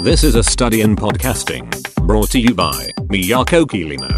This is a study in podcasting brought to you by Miyako Kirino。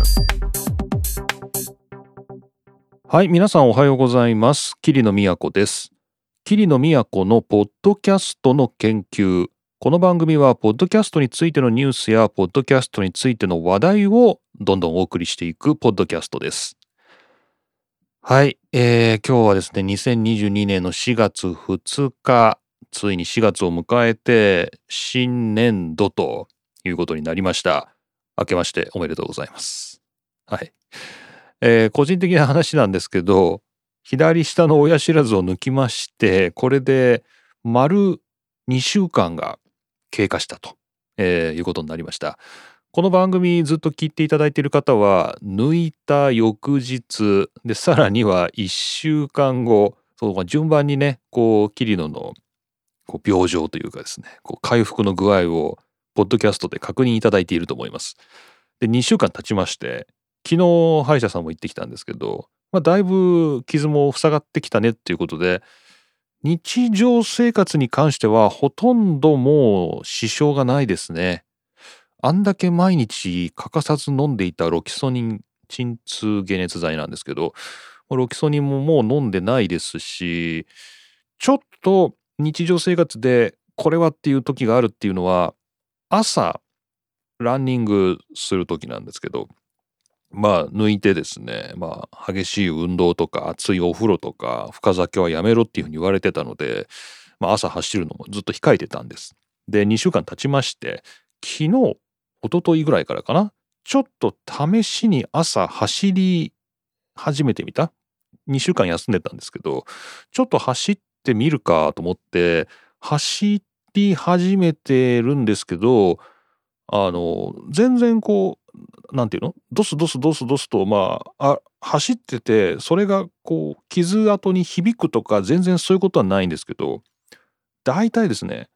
はい、皆さんおはようございます。桐野都です。桐野都のポッドキャストの研究。この番組はポッドキャストについてのニュースやポッドキャストについての話題をどんどんお送りしていくポッドキャストです。はい、今日はですね、2022年の4月2日、ついに4月を迎えて新年度ということになりました。明けましておめでとうございます。はい。個人的な話なんですけど、左下の親知らずを抜きまして、これで丸2週間が経過したと、いうことになりました。この番組ずっと聞いていただいている方は、抜いた翌日で、さらには1週間後、そう順番にね、こう桐野のこう病状というかですね、こう回復の具合をポッドキャストで確認いただいていると思います。で、2週間経ちまして、昨日歯医者さんも行ってきたんですけど、だいぶ傷も塞がってきたねっていうことで、日常生活に関してはほとんどもう支障がないですね。あんだけ毎日欠かさず飲んでいたロキソニン鎮痛解熱剤なんですけど、ロキソニンももう飲んでないですし、ちょっと日常生活でこれはっていう時があるっていうのは、朝ランニングする時なんですけど、抜いてですね、激しい運動とか熱いお風呂とか深酒はやめろっていうふうに言われてたので、朝走るのもずっと控えてたんです。で、2週間経ちまして、昨日一昨日ぐらいからかな、ちょっと試しに朝走り始めてみた。2週間休んでたんですけど、ちょっと走ってみるかと思って走り始めてるんですけど、全然こうなんていうの、ドスドスドスドスと走ってて、それがこう傷跡に響くとか全然そういうことはないんですけど、だいたいですね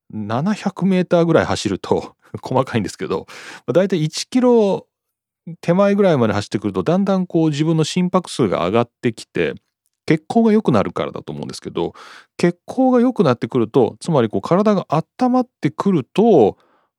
700メーターぐらい走ると細かいんですけど、だいたい1キロ手前ぐらいまで走ってくると、だんだんこう自分の心拍数が上がってきて、血行が良くなるからだと思うんですけど、血行が良くなってくると、つまりこう体が温まってくると、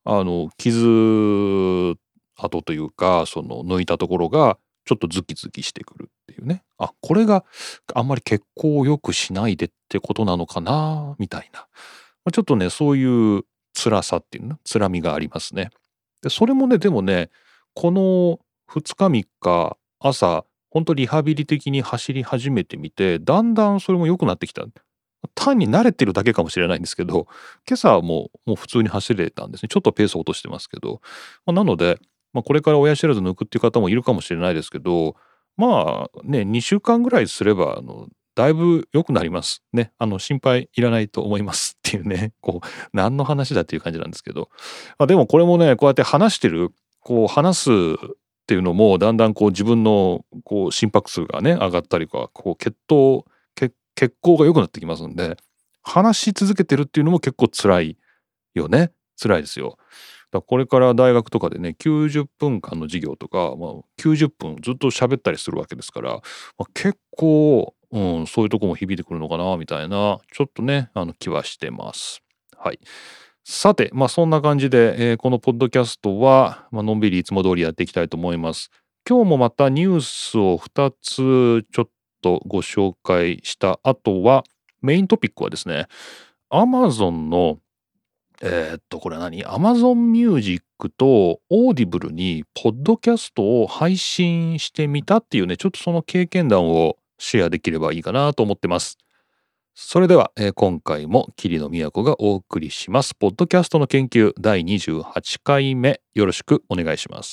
傷跡というか、その抜いたところがちょっとズキズキしてくるっていうね。これがあんまり血行を良くしないでってことなのかなみたいな。ちょっとね、そういう辛さっていうの、辛みがありますね。で、それもね、でもね、この2日3日朝本当リハビリ的に走り始めてみて、だんだんそれも良くなってきた。単に慣れてるだけかもしれないんですけど、今朝はもう普通に走れたんですね。ちょっとペースを落としてますけど、なので、これから親知らず抜くっていう方もいるかもしれないですけど、2週間ぐらいすればだいぶ良くなりますね。心配いらないと思いますっていうね、こう何の話だっていう感じなんですけど、でもこれもね、こうやって話してる、こう話すっていうのもだんだんこう自分のこう心拍数がね上がったりとか、こう血行が良くなってきますんで、話し続けてるっていうのも結構辛いよね。辛いですよ。だからこれから大学とかでね、90分間の授業とか、90分ずっと喋ったりするわけですから、結構、そういうとこも響いてくるのかなみたいな、ちょっとね気はしてます。はい。さて、そんな感じで、このポッドキャストは、のんびりいつも通りやっていきたいと思います。今日もまたニュースを2つちょっとご紹介した後は、メイントピックはですね、Amazon のこれはAmazon Music と Audible にポッドキャストを配信してみたっていうね、ちょっとその経験談をシェアできればいいかなと思ってます。それでは、今回も桐野都がお送りしますポッドキャストの研究第28回目、よろしくお願いします。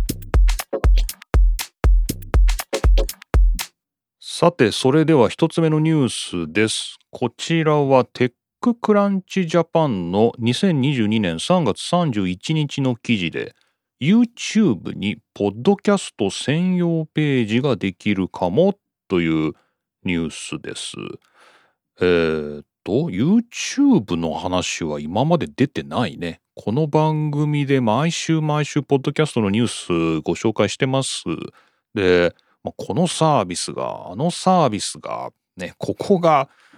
さて、それでは一つ目のニュースです。こちらはテッククランチジャパンの2022年3月31日の記事で、 YouTube にポッドキャスト専用ページができるかもというニュースです。YouTube の話は今まで出てないね。この番組で毎週ポッドキャストのニュースご紹介してます。で、このサービスが、あのサービスが、ね、ここが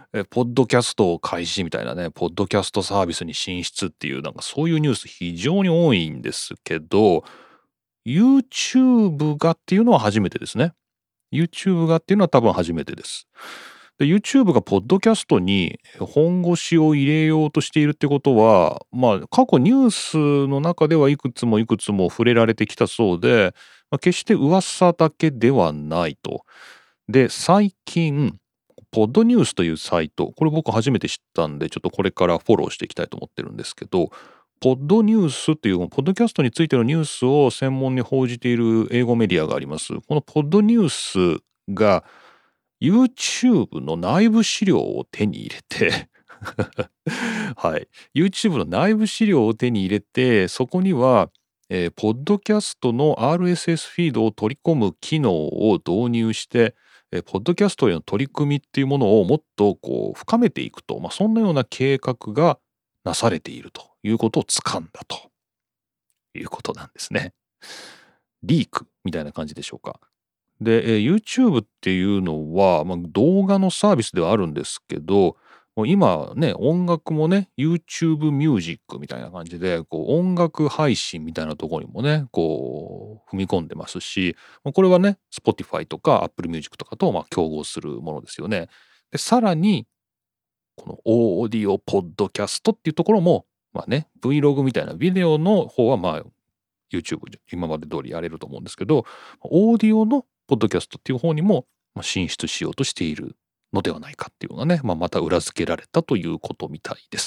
ポッドキャストを開始みたいなね、ポッドキャストサービスに進出っていう、なんかそういうニュース非常に多いんですけど、YouTube がっていうのは初めてですね。YouTube がっていうのは多分初めてです。で、YouTube がポッドキャストに本腰を入れようとしているってことは、過去ニュースの中ではいくつも触れられてきたそうで、決して噂だけではないと。で、最近、ポッドニュースというサイト、これ僕初めて知ったんで、ちょっとこれからフォローしていきたいと思ってるんですけど、ポッドニュースっていう、ポッドキャストについてのニュースを専門に報じている英語メディアがあります。このポッドニュースが YouTube の内部資料を手に入れてはい。YouTube の内部資料を手に入れて、そこには、ポッドキャストの RSS フィードを取り込む機能を導入して、ポッドキャストへの取り組みっていうものをもっとこう深めていくと、そんなような計画がなされているということを掴んだということなんですね。リークみたいな感じでしょうか。で、YouTube っていうのは、動画のサービスではあるんですけど、もう今ね、音楽もね、YouTube ミュージックみたいな感じで、こう音楽配信みたいなところにもね、こう踏み込んでますし、これはね、Spotify とか Apple Music とかと競合するものですよね。で、さらに、このオーディオポッドキャストっていうところも、Vlog みたいなビデオの方はYouTube で今まで通りやれると思うんですけど、オーディオのポッドキャストっていう方にも進出しようとしているのではないかっていうのがね、また裏付けられたということみたいです。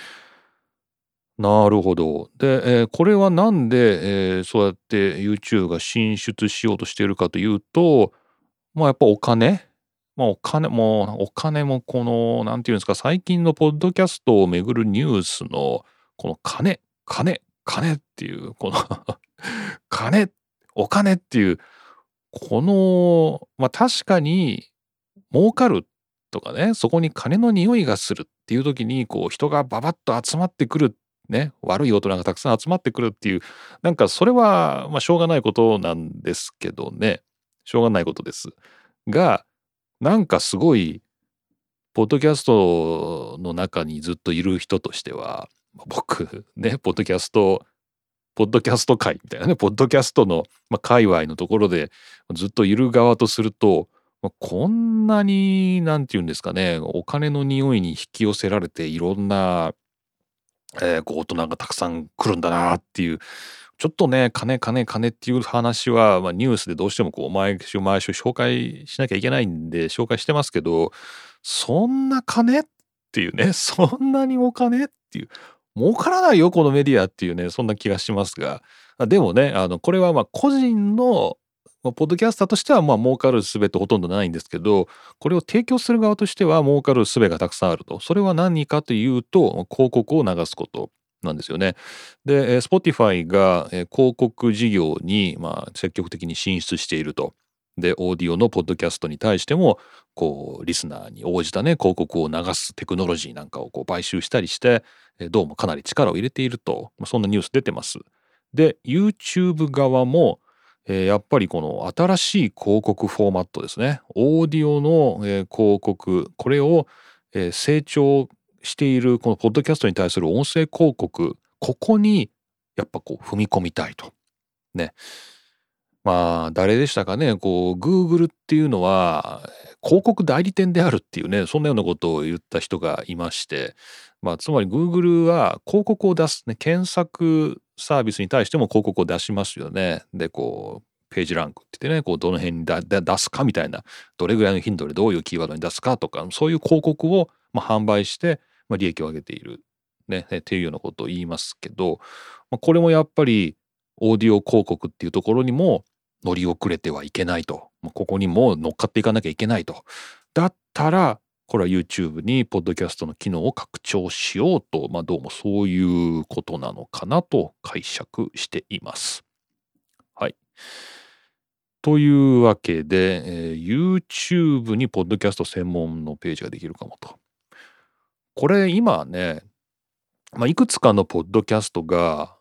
なるほど。で、これはなんで、そうやって YouTube が進出しようとしているかというと、やっぱお金お金もこの、なんていうんですか、最近のポッドキャストをめぐるニュースの、この金っていう、この金、お金っていう、この、確かに儲かるとかね、そこに金の匂いがするっていう時に、こう人がババッと集まってくる、ね、悪い大人がたくさん集まってくるっていう、なんかそれは、しょうがないことなんですけどね、しょうがないことです。が、なんかすごい、ポッドキャストの中にずっといる人としては、僕ね、ポッドキャスト界みたいなね、ポッドキャストの、界隈のところでずっといる側とすると、こんなに、なんて言うんですかね、お金の匂いに引き寄せられていろんな、こう大人がたくさん来るんだなっていう、ちょっとね、金っていう話は、ニュースでどうしてもこう毎週紹介しなきゃいけないんで紹介してますけど、そんな金っていうね、そんなにお金っていう、儲からないよこのメディアっていうね、そんな気がしますが、でもね、これは個人のポッドキャスターとしては儲かる術ほとんどないんですけど、これを提供する側としては儲かる術がたくさんあると。それは何かというと、広告を流すことなんですよね。で、Spotify が広告事業に積極的に進出していると。で、オーディオのポッドキャストに対しても、こう、リスナーに応じたね、広告を流すテクノロジーなんかをこう買収したりして、どうもかなり力を入れていると、そんなニュース出てます。で、YouTube 側も、やっぱりこの新しい広告フォーマットですね。オーディオの、広告、これを、成長しているこのポッドキャストに対する音声広告、ここにやっぱこう踏み込みたいと。ね。誰でしたかね、こう Google っていうのは広告代理店であるっていうね、そんなようなことを言った人がいまして、つまり Google は広告を出すね、検索サービスに対しても広告を出しますよね。で、こうページランクって言ってね、こうどの辺に出すかみたいな、どれぐらいの頻度でどういうキーワードに出すかとか、そういう広告を販売して、利益を上げている、ね、っていうようなことを言いますけど、これもやっぱりオーディオ広告っていうところにも乗り遅れてはいけないと。ここにも乗っかっていかなきゃいけないと。だったら、これは YouTube にポッドキャストの機能を拡張しようと、どうもそういうことなのかなと解釈しています。はい。というわけで、YouTube にポッドキャスト専門のページができるかもと。これ今ね、いくつかのポッドキャストが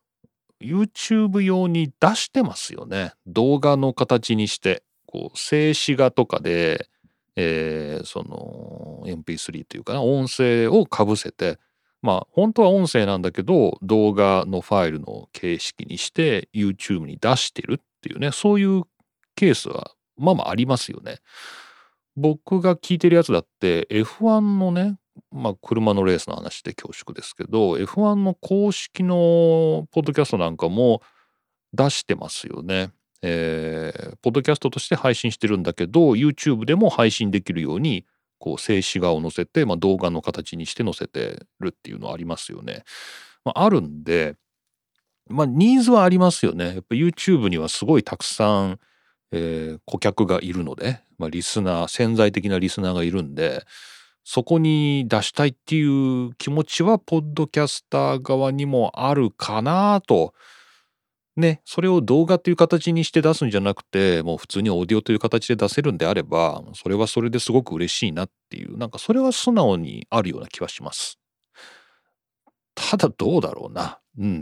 YouTube 用に出してますよね。動画の形にして、こう静止画とかで、 その MP3 というかな、音声をかぶせて、本当は音声なんだけど動画のファイルの形式にして YouTube に出してるっていうね、そういうケースはありますよね。僕が聞いてるやつだって F1 のね、車のレースの話で恐縮ですけど F1 の公式のポッドキャストなんかも出してますよね。ポッドキャストとして配信してるんだけど YouTube でも配信できるようにこう静止画を載せて、動画の形にして載せてるっていうのはありますよね。あるんでニーズはありますよね。やっぱ YouTube にはすごいたくさん、顧客がいるので、リスナー潜在的なリスナーがいるんでそこに出したいっていう気持ちはポッドキャスター側にもあるかなと。ね、それを動画っていう形にして出すんじゃなくてもう普通にオーディオという形で出せるんであればそれはそれですごく嬉しいなっていうそれは素直にあるような気はします。ただどうだろうな。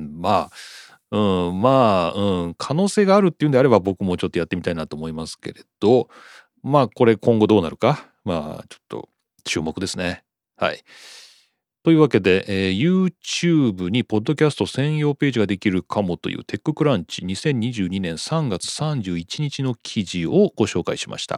可能性があるっていうんであれば僕もちょっとやってみたいなと思いますけれどこれ今後どうなるかちょっと注目ですね。はい。というわけで、YouTube にポッドキャスト専用ページができるかもというテッククランチ2022年3月31日の記事をご紹介しました。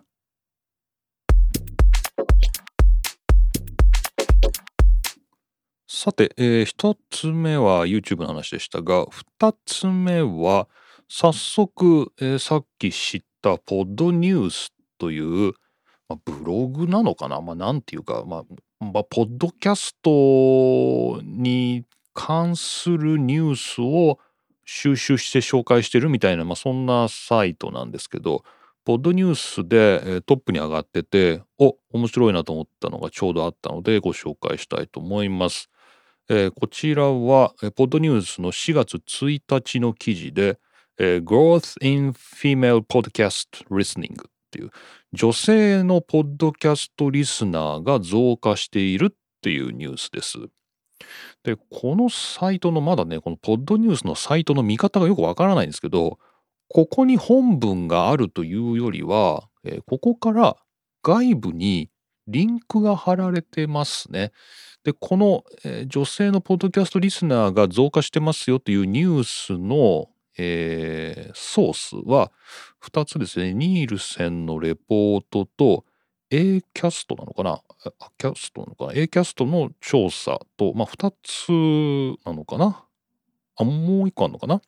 さて、一つ目は YouTube の話でしたが、二つ目は早速、さっき知ったポッドニュースという、ブログなのかな、なんていうか、ポッドキャストに関するニュースを収集して紹介してるみたいな、そんなサイトなんですけど、ポッドニュースで、トップに上がってて、面白いなと思ったのがちょうどあったのでご紹介したいと思います。こちらは、ポッドニュースの4月1日の記事で、Growth in Female Podcast Listening っていう女性のポッドキャストリスナーが増加しているっていうニュースです。で、このサイトのまだね、このポッドニュースのサイトの見方がよくわからないんですけど、ここに本文があるというよりは、ここから外部にリンクが貼られてますね。で、この、女性のポッドキャストリスナーが増加してますよというニュースの、ソースは2つですね。ニールセンのレポートと A キャストなのかな A キャストの調査と、2つなのかなもう1個あるのかな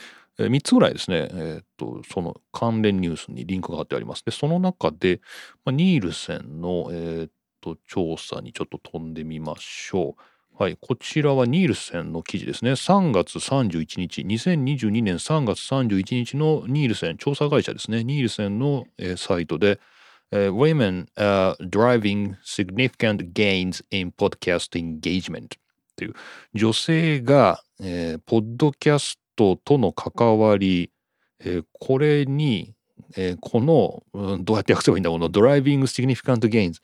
3つぐらいですね、その関連ニュースにリンクが貼ってあります。で、その中で、ニールセンの、調査にちょっと飛んでみましょう。はい、こちらはニールセンの記事ですね。3月31日、2022年3月31日のニールセン調査会社ですね。ニールセンの、サイトで、Women are driving significant gains in podcast engagement という女性が、ポッドキャストとの関わり、これに、この、どうやって訳せばいいんだこの Driving Significant Gains、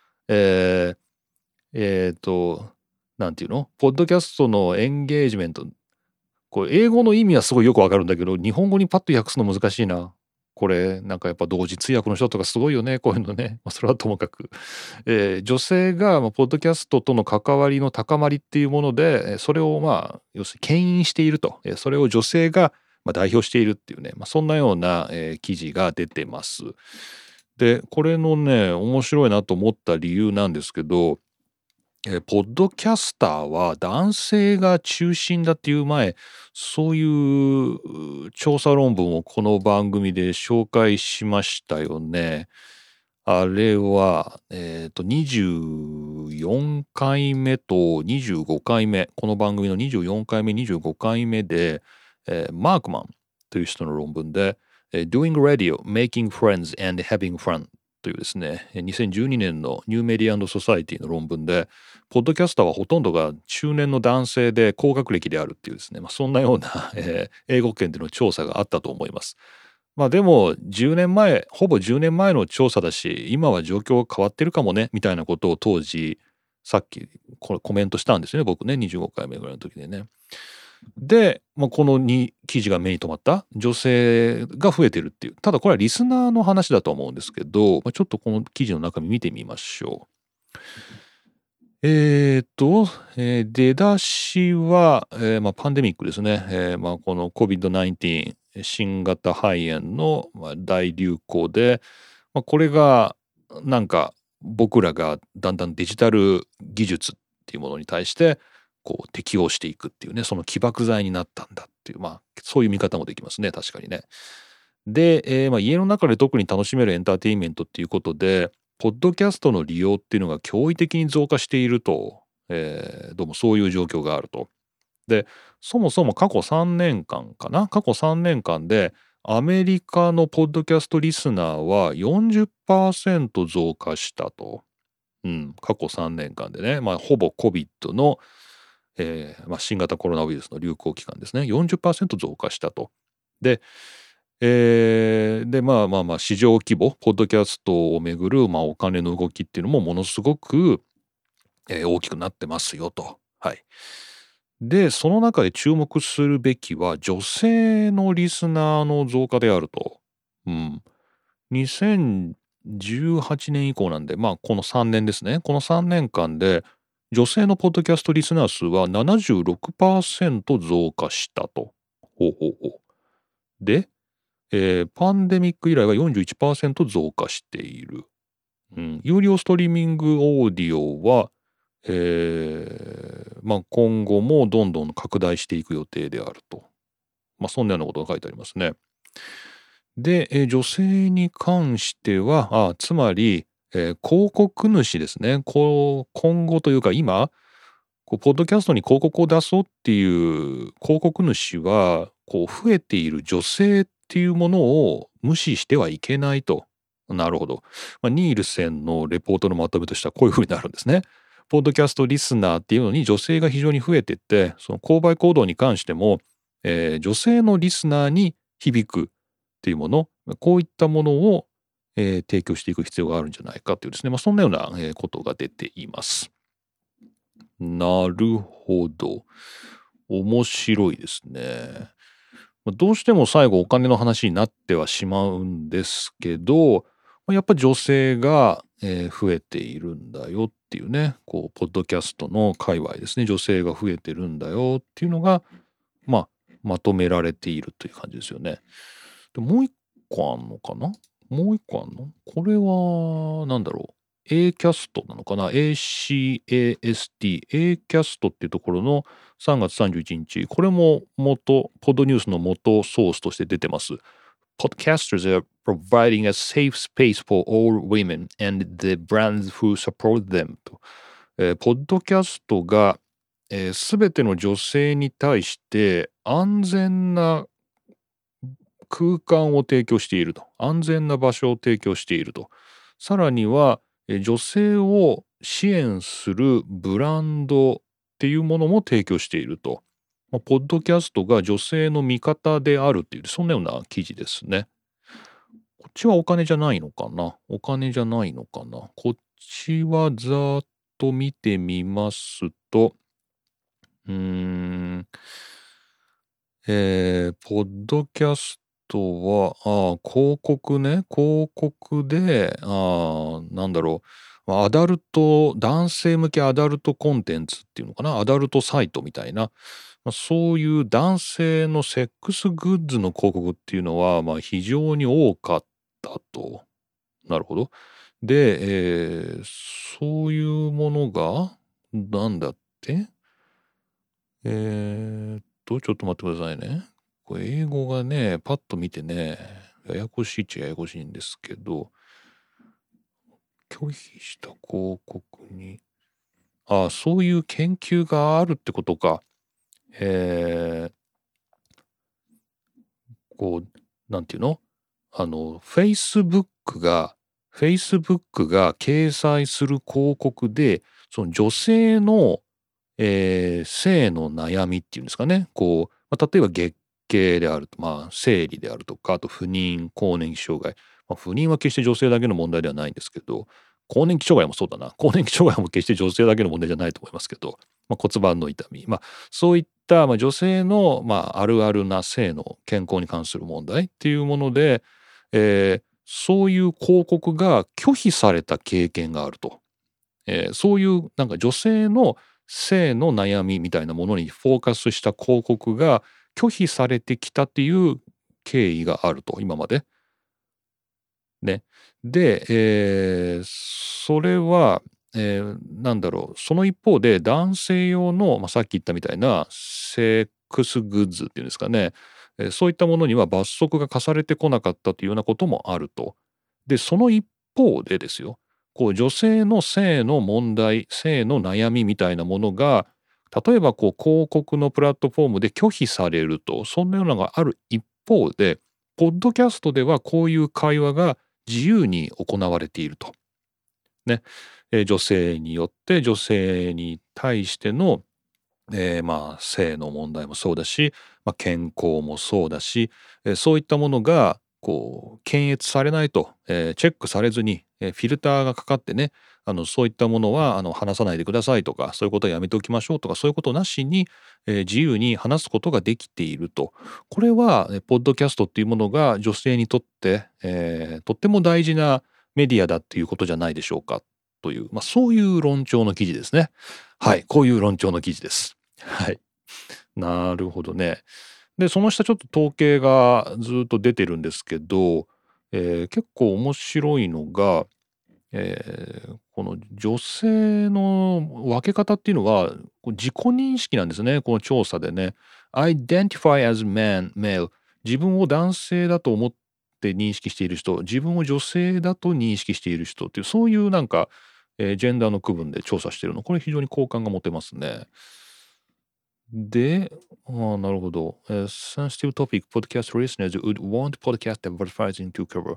なんていうのポッドキャストのエンゲージメント、これ英語の意味はすごいよくわかるんだけど日本語にパッと訳すの難しいな。これやっぱ同時通訳の人とかすごいよねこういうのね。それはともかく、女性がポッドキャストとの関わりの高まりっていうものでそれを要するに牽引していると、それを女性が代表しているっていうね、そんなような、記事が出てます。でこれのね面白いなと思った理由なんですけど、ポッドキャスターは男性が中心だっていう前、そういう調査論文をこの番組で紹介しましたよね。あれは、24回目と25回目、この番組の24回目、25回目で、マークマンという人の論文で、Doing Radio, Making Friends and Having Funというですね、2012年のニューメディア&ソサイティの論文で、ポッドキャスターはほとんどが中年の男性で高学歴であるっていうですね、そんなような、英語圏での調査があったと思います。でも10年前、ほぼ10年前の調査だし、今は状況変わってるかもね、みたいなことを当時、さっきコメントしたんですよね、僕ね、25回目ぐらいの時でね。 で、この記事が目に留まった女性が増えてるっていう。ただこれはリスナーの話だと思うんですけど、ちょっとこの記事の中身見てみましょう。出だしは、パンデミックですね。この COVID-19 新型肺炎の大流行で、これがなんか僕らがだんだんデジタル技術っていうものに対してこう適応していくっていうね、その起爆剤になったんだっていう、そういう見方もできますね、確かにね。で、家の中で特に楽しめるエンターテインメントっていうことで、ポッドキャストの利用っていうのが驚異的に増加していると、どうもそういう状況があると。で、そもそも過去3年間かな、過去3年間でアメリカのポッドキャストリスナーは 40% 増加したと。過去3年間でね、ほぼ COVID の、新型コロナウイルスの流行期間ですね、40% 増加したと。で、市場規模、ポッドキャストをめぐる、お金の動きっていうのもものすごく、大きくなってますよと。はい。で、その中で注目するべきは女性のリスナーの増加であると。2018年以降なんで、この3年ですね。この3年間で女性のポッドキャストリスナー数は 76% 増加したと。ほうほうほう。で、パンデミック以来は 41% 増加している。有料ストリーミングオーディオは、今後もどんどん拡大していく予定であると。そんなようなことが書いてありますね。で、女性に関しては、つまり、広告主ですね。今後というか今、ポッドキャストに広告を出そうっていう広告主は、増えている女性っていうものを無視してはいけないと。なるほど。ニールセンのレポートのまとめとしてはこういうふうになるんですね。ポッドキャストリスナーっていうのに女性が非常に増えてって、その購買行動に関しても、女性のリスナーに響くっていうもの、こういったものを、提供していく必要があるんじゃないかというですね、そんなような、ことが出ています。なるほど。面白いですね。どうしても最後お金の話になってはしまうんですけど、やっぱ女性が増えているんだよっていうね、ポッドキャストの界隈ですね、女性が増えてるんだよっていうのが、まとめられているという感じですよね。でもう一個あんのかな、もう一個あんのこれは、なんだろう。Acast なのかな、 ACAST、Acast っていうところの3月31日、これもポッドニュースの元ソースとして出てます。Podcasters are providing a safe space for all women and the brands who support them と。ポッドキャストがすべての女性に対して安全な空間を提供していると。安全な場所を提供していると。さらには、女性を支援するブランドっていうものも提供していると。ポッドキャストが女性の味方であるっていう、そんなような記事ですね。こっちはお金じゃないのかな、お金じゃないのかな、こっちはざーっと見てみますと、ポッドキャストは、広告ね、広告で、なんだろう、男性向けアダルトコンテンツっていうのかな、アダルトサイトみたいな、そういう男性のセックスグッズの広告っていうのは、非常に多かったと。なるほど。で、そういうものが、なんだってちょっと待ってくださいね。これ英語がね、パッと見てね、ややこしいっちゃややこしいんですけど、拒否した広告に、そういう研究があるってことか。なんていうのFacebook が掲載する広告で、その女性の性の悩みっていうんですかね。例えば月経であると、生理であるとか、あと不妊、更年期障害。不妊は決して女性だけの問題ではないんですけど、更年期障害もそうだな。更年期障害も決して女性だけの問題じゃないと思いますけど、骨盤の痛み。そういった、女性の、あるあるな性の健康に関する問題っていうもので、そういう広告が拒否された経験があると。そういうなんか女性の性の悩みみたいなものにフォーカスした広告が拒否されてきたっていう経緯があると、今まで。ね。で、それは、その一方で男性用の、さっき言ったみたいなセックスグッズっていうんですかね、そういったものには罰則が課されてこなかったというようなこともあると。で、その一方でですよ、こう女性の性の問題、性の悩みみたいなものが、例えばこう広告のプラットフォームで拒否されると、そんなようなのがある一方で、ポッドキャストではこういう会話が自由に行われていると。ね。女性によって女性に対しての、性の問題もそうだし、健康もそうだし、そういったものがこう検閲されないと、チェックされずに、フィルターがかかってね、そういったものは話さないでくださいとか、そういうことはやめておきましょうとか、そういうことなしに、自由に話すことができていると。これはポッドキャストっていうものが女性にとって、とっても大事なメディアだっていうことじゃないでしょうかという、そういう論調の記事ですね。はい、こういう論調の記事です。はい。なるほどね。で、その下ちょっと統計がずっと出てるんですけど、結構面白いのが、この女性の分け方っていうのは、こう自己認識なんですね、この調査でね。identify as male。自分を男性だと思って認識している人、自分を女性だと認識している人っていう、そういうなんか、ジェンダーの区分で調査してるの。これ非常に好感が持てますね。で、なるほど。sensitive topic podcast listeners would want podcast advertising to cover。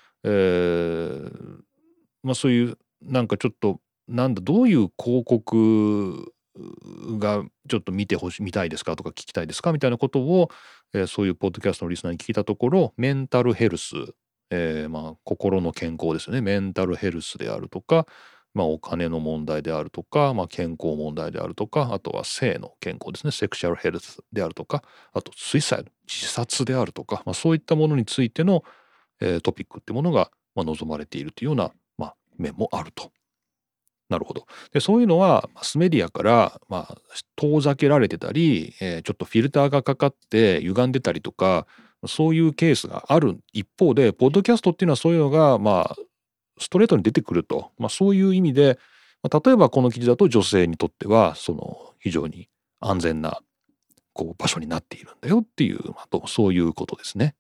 そういうなんかちょっとどういう広告がちょっと見たいですかとか聞きたいですかみたいなことを、そういうポッドキャストのリスナーに聞いたところ、メンタルヘルス、心の健康ですよね。メンタルヘルスであるとか、お金の問題であるとか、健康問題であるとか、あとは性の健康ですね。セクシャルヘルスであるとか、あとスイサイド、自殺であるとか、そういったものについての、トピックっていうものが、望まれているというような、面もあると。なるほど。で、そういうのはマスメディアから、遠ざけられてたり、ちょっとフィルターがかかって歪んでたりとか、そういうケースがある一方で、ポッドキャストっていうのはそういうのが、ストレートに出てくると。そういう意味で、例えばこの記事だと女性にとっては、非常に安全な、場所になっているんだよっていう、そういうことですね。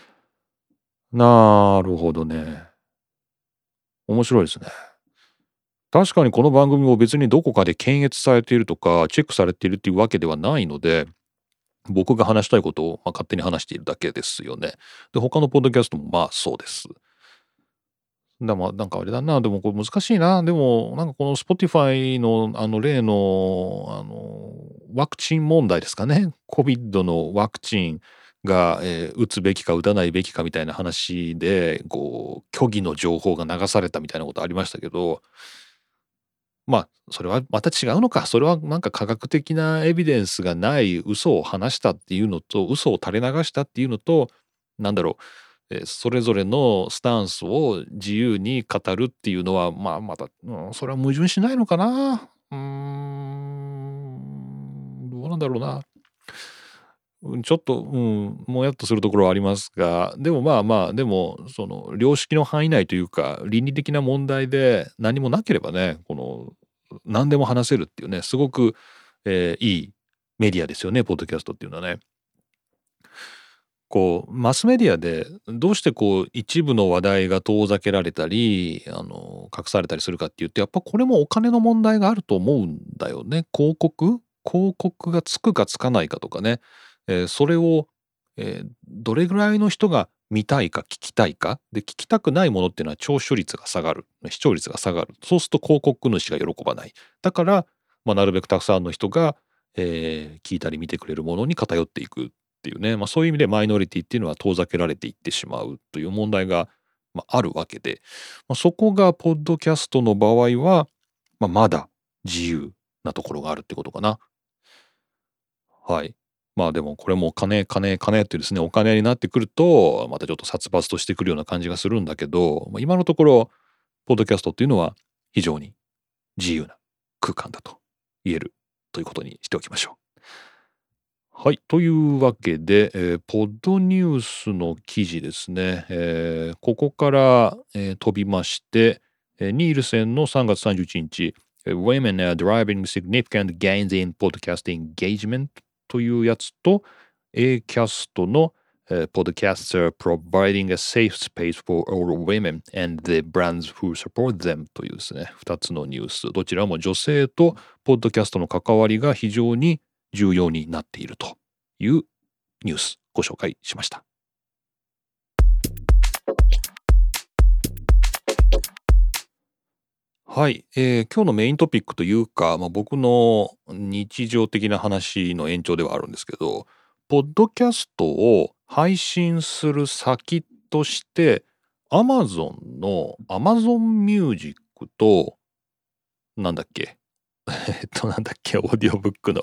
なるほどね。面白いですね。確かにこの番組も別にどこかで検閲されているとかチェックされているっていうわけではないので、僕が話したいことを勝手に話しているだけですよね。で、他のポッドキャストもそうです。なんかあれだな、でもこれ難しいな。でもなんかこの Spotify の例のワクチン問題ですかね。COVID のワクチンが、打つべきか打たないべきかみたいな話で、虚偽の情報が流されたみたいなことありましたけど、それはまた違うのか。それはなんか科学的なエビデンスがない嘘を話したっていうのと、嘘を垂れ流したっていうのと、それぞれのスタンスを自由に語るっていうのは、また、それは矛盾しないのかな。どうなんだろうな。ちょっと、もやっとするところはありますが、でもでも、その良識の範囲内というか、倫理的な問題で何もなければね、何でも話せるっていうね、すごく、いいメディアですよね、ポッドキャストっていうのはね。マスメディアでどうして一部の話題が遠ざけられたり、隠されたりするかっていうと、やっぱこれもお金の問題があると思うんだよね。広告がつくかつかないかとかね。それを、どれぐらいの人が見たいか聞きたいか。で、聞きたくないものっていうのは聴取率が下がる。視聴率が下がる。そうすると広告主が喜ばない。だから、なるべくたくさんの人が、聞いたり見てくれるものに偏っていくっていうね、そういう意味でマイノリティっていうのは遠ざけられていってしまうという問題が、あるわけで、そこがポッドキャストの場合は、まだ自由なところがあるってことかな。 はい。まあでもこれも金ってですね、お金になってくると、またちょっと殺伐としてくるような感じがするんだけど、今のところ、ポッドキャストっていうのは非常に自由な空間だと言えるということにしておきましょう。はい。というわけで、ポッドニュースの記事ですね。ここから、飛びまして、ニールセンの3月31日、Women are driving significant gains in podcast engagement というやつと、Acast の、Podcasts are providing a safe space for all women and the brands who support them というですね、2つのニュース、どちらも女性とポッドキャストの関わりが非常に重要になっているというニュースご紹介しました。はい、今日のメイントピックというか、僕の日常的な話の延長ではあるんですけど、ポッドキャストを配信する先として Amazon の Amazon Music となんだっけなんだっけオーディオブックの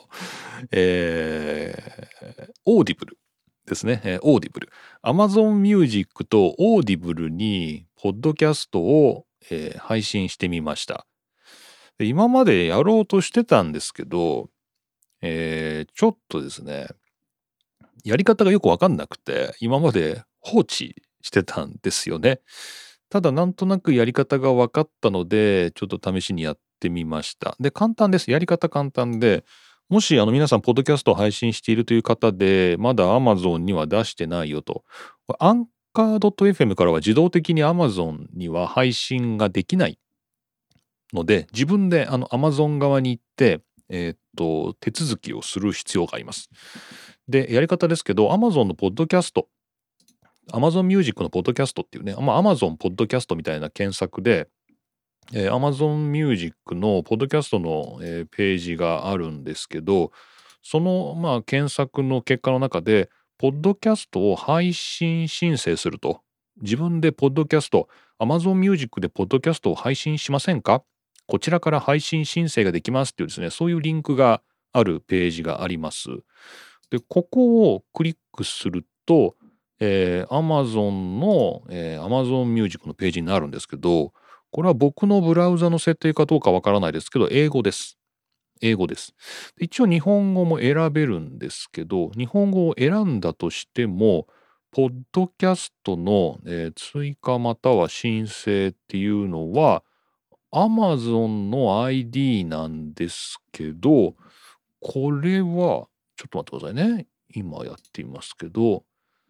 オーディブルですね、オーディブル Amazon Music とオーディブルにポッドキャストを、配信してみました。で今までやろうとしてたんですけど、ちょっとですねやり方がよくわかんなくて今まで放置してたんですよね。ただなんとなくやり方が分かったのでちょっと試しにやってみました。で簡単です。やり方簡単で、もし皆さんポッドキャストを配信しているという方でまだ Amazon には出してないよと、アンカー .fm からは自動的に Amazon には配信ができないので、自分でAmazon 側に行って手続きをする必要があります。でやり方ですけど Amazon のポッドキャスト、Amazon Music のポッドキャストっていうね、Amazon ポッドキャストみたいな検索で、Amazon Music のポッドキャストの、ページがあるんですけど、その検索の結果の中でポッドキャストを配信申請すると、自分でポッドキャスト Amazon Music でポッドキャストを配信しませんか、こちらから配信申請ができますっていうですね、そういうリンクがあるページがあります。でここをクリックすると、Amazon の、Amazon Music のページになるんですけど、これは僕のブラウザの設定かどうかわからないですけど、英語です。英語です。一応日本語も選べるんですけど、日本語を選んだとしても、ポッドキャストの、追加または申請っていうのは、Amazon の ID なんですけど、これは、ちょっと待ってくださいね。今やってみますけど、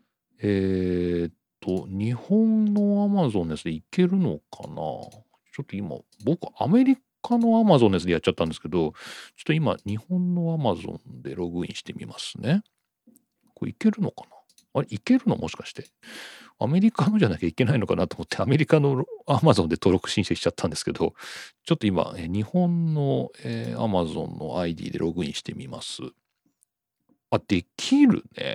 日本の Amazon のやつでいけるのかな。ちょっと今、僕、アメリカの Amazon のやつでやっちゃったんですけど、ちょっと今、日本の Amazon でログインしてみますね。これいけるのかな。あれ、いけるのもしかして。アメリカのじゃなきゃいけないのかなと思って、アメリカの Amazon で登録申請しちゃったんですけど、ちょっと今、日本の、Amazon の ID でログインしてみます。あ、できるね。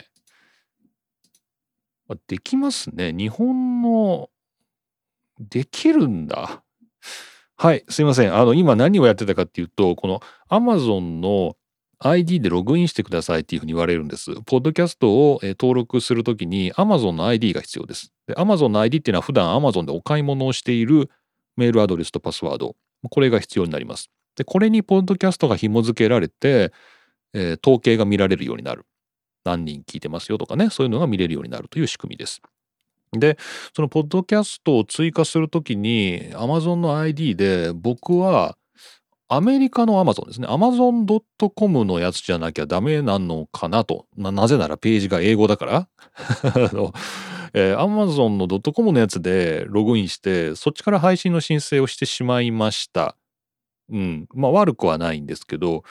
できますね。日本の、できるんだ。はい、すいません。今何をやってたかっていうと、この Amazon の ID でログインしてくださいっていうふうに言われるんです。ポッドキャストを登録するときに Amazon の ID が必要です。で、Amazon の ID っていうのは普段 Amazon でお買い物をしているメールアドレスとパスワード。これが必要になります。で、これにポッドキャストが紐付けられて、統計が見られるようになる。何人聞いてますよとかね、そういうのが見れるようになるという仕組みです。で、そのポッドキャストを追加するときに Amazon の ID で僕はアメリカの Amazon ですね。Amazon.com のやつじゃなきゃダメなのかなと。なぜならページが英語だから。Amazon の .com のやつでログインしてそっちから配信の申請をしてしまいました。悪くはないんですけど、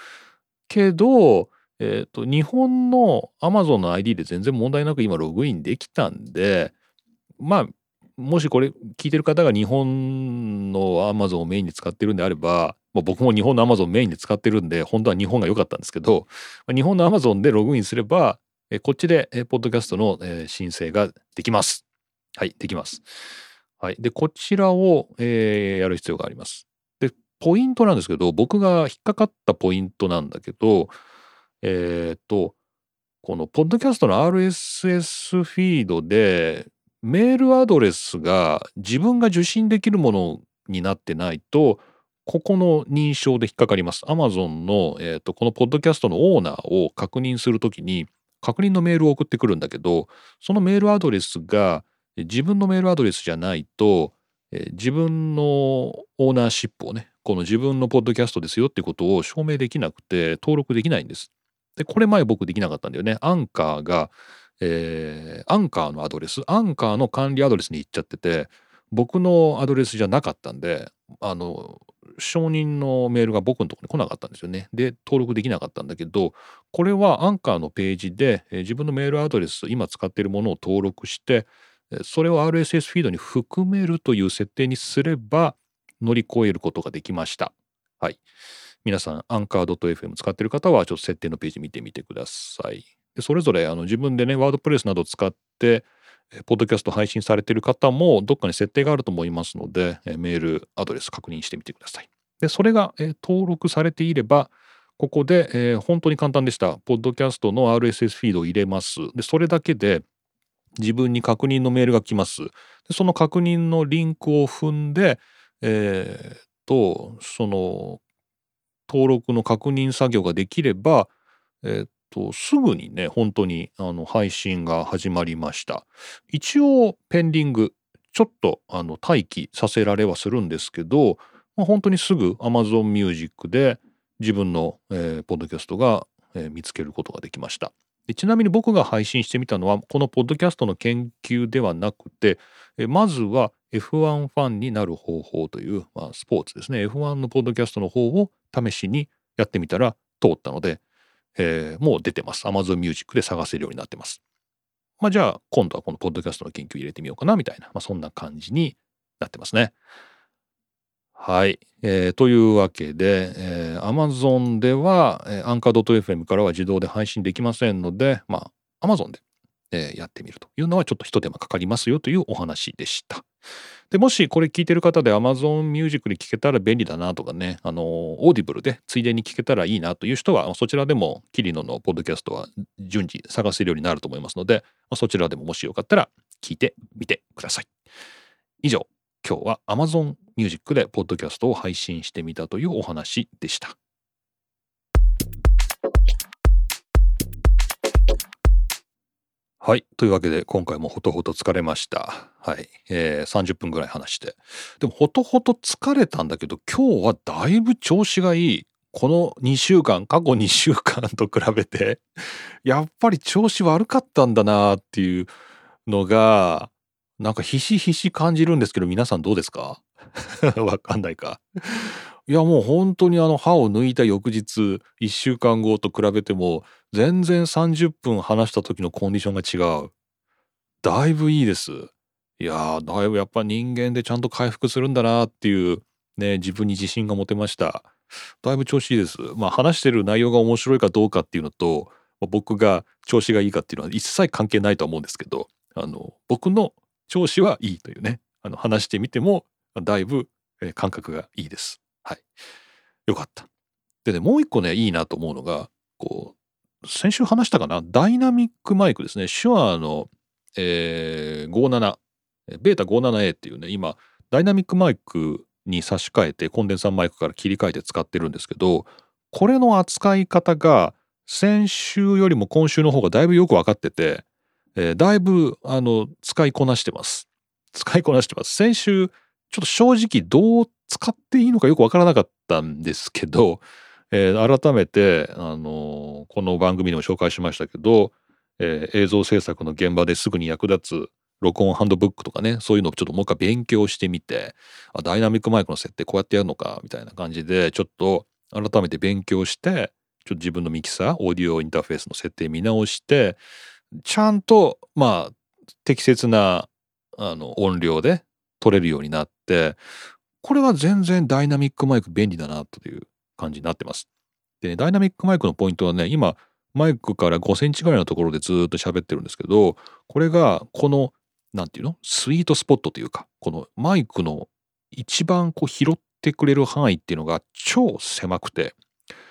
日本の Amazon の ID で全然問題なく今ログインできたんで、もしこれ聞いてる方が日本の Amazon をメインに使ってるんであれば、僕も日本の Amazon をメインで使ってるんで、本当は日本が良かったんですけど、日本の Amazon でログインすれば、こっちでポッドキャストの申請ができます。はい、できます。はい。で、こちらをやる必要があります。で、ポイントなんですけど、僕が引っかかったポイントなんだけど、 このポッドキャストの RSS フィードでメールアドレスが自分が受信できるものになってないと、ここの認証で引っかかります。Amazon の、このポッドキャストのオーナーを確認するときに確認のメールを送ってくるんだけど、そのメールアドレスが自分のメールアドレスじゃないと、自分のオーナーシップをね、この自分のポッドキャストですよってことを証明できなくて登録できないんです。で、これ前僕できなかったんだよね。アンカーが、アンカーのアドレス、アンカーの管理アドレスに行っちゃってて、僕のアドレスじゃなかったんで、承認のメールが僕のところに来なかったんですよね。で、登録できなかったんだけど、これはアンカーのページで、自分のメールアドレス、今使っているものを登録して、それを RSS フィードに含めるという設定にすれば乗り越えることができました。はい。皆さん、アンカー .fm 使っている方は、ちょっと設定のページ見てみてください。で、それぞれ自分でね、ワードプレスなどを使って、ポッドキャスト配信されている方も、どっかに設定があると思いますので、メールアドレス確認してみてください。で、それが、登録されていれば、ここで、本当に簡単でした。ポッドキャストの RSS フィードを入れます。で、それだけで、自分に確認のメールが来ます。で、その確認のリンクを踏んで、その登録の確認作業ができれば、すぐにね、本当に配信が始まりました。一応ペンディング、ちょっと待機させられはするんですけど、本当にすぐ Amazon Music で自分の、ポッドキャストが、見つけることができました。で、ちなみに僕が配信してみたのは、このポッドキャストの研究ではなくて、まずは F1 ファンになる方法という、スポーツですね。F1 のポッドキャストの方を試しにやってみたら通ったので、もう出てます。Amazon Music で探せるようになってます。じゃあ今度はこのポッドキャストの研究入れてみようかなみたいな、そんな感じになってますね。はい。というわけで、Amazon では、Anchor.fm からは自動で配信できませんので、Amazon で、やってみるというのはちょっと一手間かかりますよというお話でした。で、もしこれ聞いてる方で Amazon Music で聞けたら便利だなとかね、Audible でついでに聞けたらいいなという人は、そちらでもキリノのポッドキャストは順次探せるようになると思いますので、そちらでももしよかったら聞いてみてください。以上、今日は Amazon Music でポッドキャストを配信してみたというお話でした。はい。というわけで、今回もほとほと疲れました。はい。30分ぐらい話して。でも、ほとほと疲れたんだけど、今日はだいぶ調子がいい。この2週間、過去2週間と比べて、やっぱり調子悪かったんだなっていうのが、なんかひしひし感じるんですけど、皆さんどうですか？わかんないか。いや、もう本当に歯を抜いた翌日、1週間後と比べても、全然30分話した時のコンディションが違う。だいぶいいです。いやー、だいぶやっぱ人間でちゃんと回復するんだなっていう、ね、自分に自信が持てました。だいぶ調子いいです。話してる内容が面白いかどうかっていうのと、僕が調子がいいかっていうのは一切関係ないと思うんですけど、僕の調子はいいというね、話してみても、だいぶ感覚がいいです。はい。よかった。でね、もう一個ね、いいなと思うのが、先週話したかな、ダイナミックマイクですね。手話の、57、ベータ 57A っていうね、今、ダイナミックマイクに差し替えて、コンデンサーマイクから切り替えて使ってるんですけど、これの扱い方が、先週よりも今週の方がだいぶよく分かってて、だいぶ、使いこなしてます。使いこなしてます。先週、ちょっと正直どう使っていいのかよく分からなかったんですけど、改めて、この番組でも紹介しましたけど、映像制作の現場ですぐに役立つ録音ハンドブックとかね、そういうのをちょっともう一回勉強してみて、ダイナミックマイクの設定こうやってやるのかみたいな感じで、ちょっと改めて勉強して、ちょっと自分のミキサー、オーディオインターフェースの設定見直して、ちゃんと、適切な、音量で撮れるようになって、これは全然ダイナミックマイク便利だなという感じになってます。でね、ダイナミックマイクのポイントはね、今、マイクから5センチぐらいのところでずっと喋ってるんですけど、これが、なんていうの？スイートスポットというか、このマイクの一番拾ってくれる範囲っていうのが超狭くて、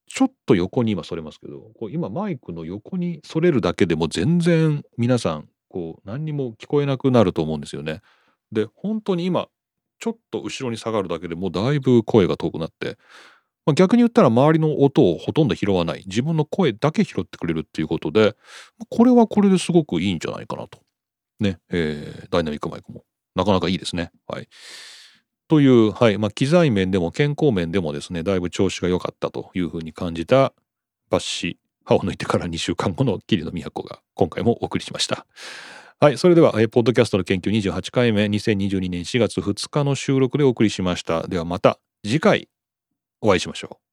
ちょっと横に今それますけど、こう今マイクの横にそれるだけでも全然皆さんこう何にも聞こえなくなると思うんですよね。で、本当に今ちょっと後ろに下がるだけでもうだいぶ声が遠くなって、逆に言ったら周りの音をほとんど拾わない、自分の声だけ拾ってくれるっていうことで、これはこれですごくいいんじゃないかなと。ね、ダイナミックマイクもなかなかいいですね。はい。という、はい、機材面でも健康面でもですね、だいぶ調子が良かったというふうに感じた抜歯、歯を抜いてから2週間後の桐野都が今回もお送りしました。はい、それでは、ポッドキャストの研究28回目、2022年4月2日の収録でお送りしました。ではまた次回お会いしましょう。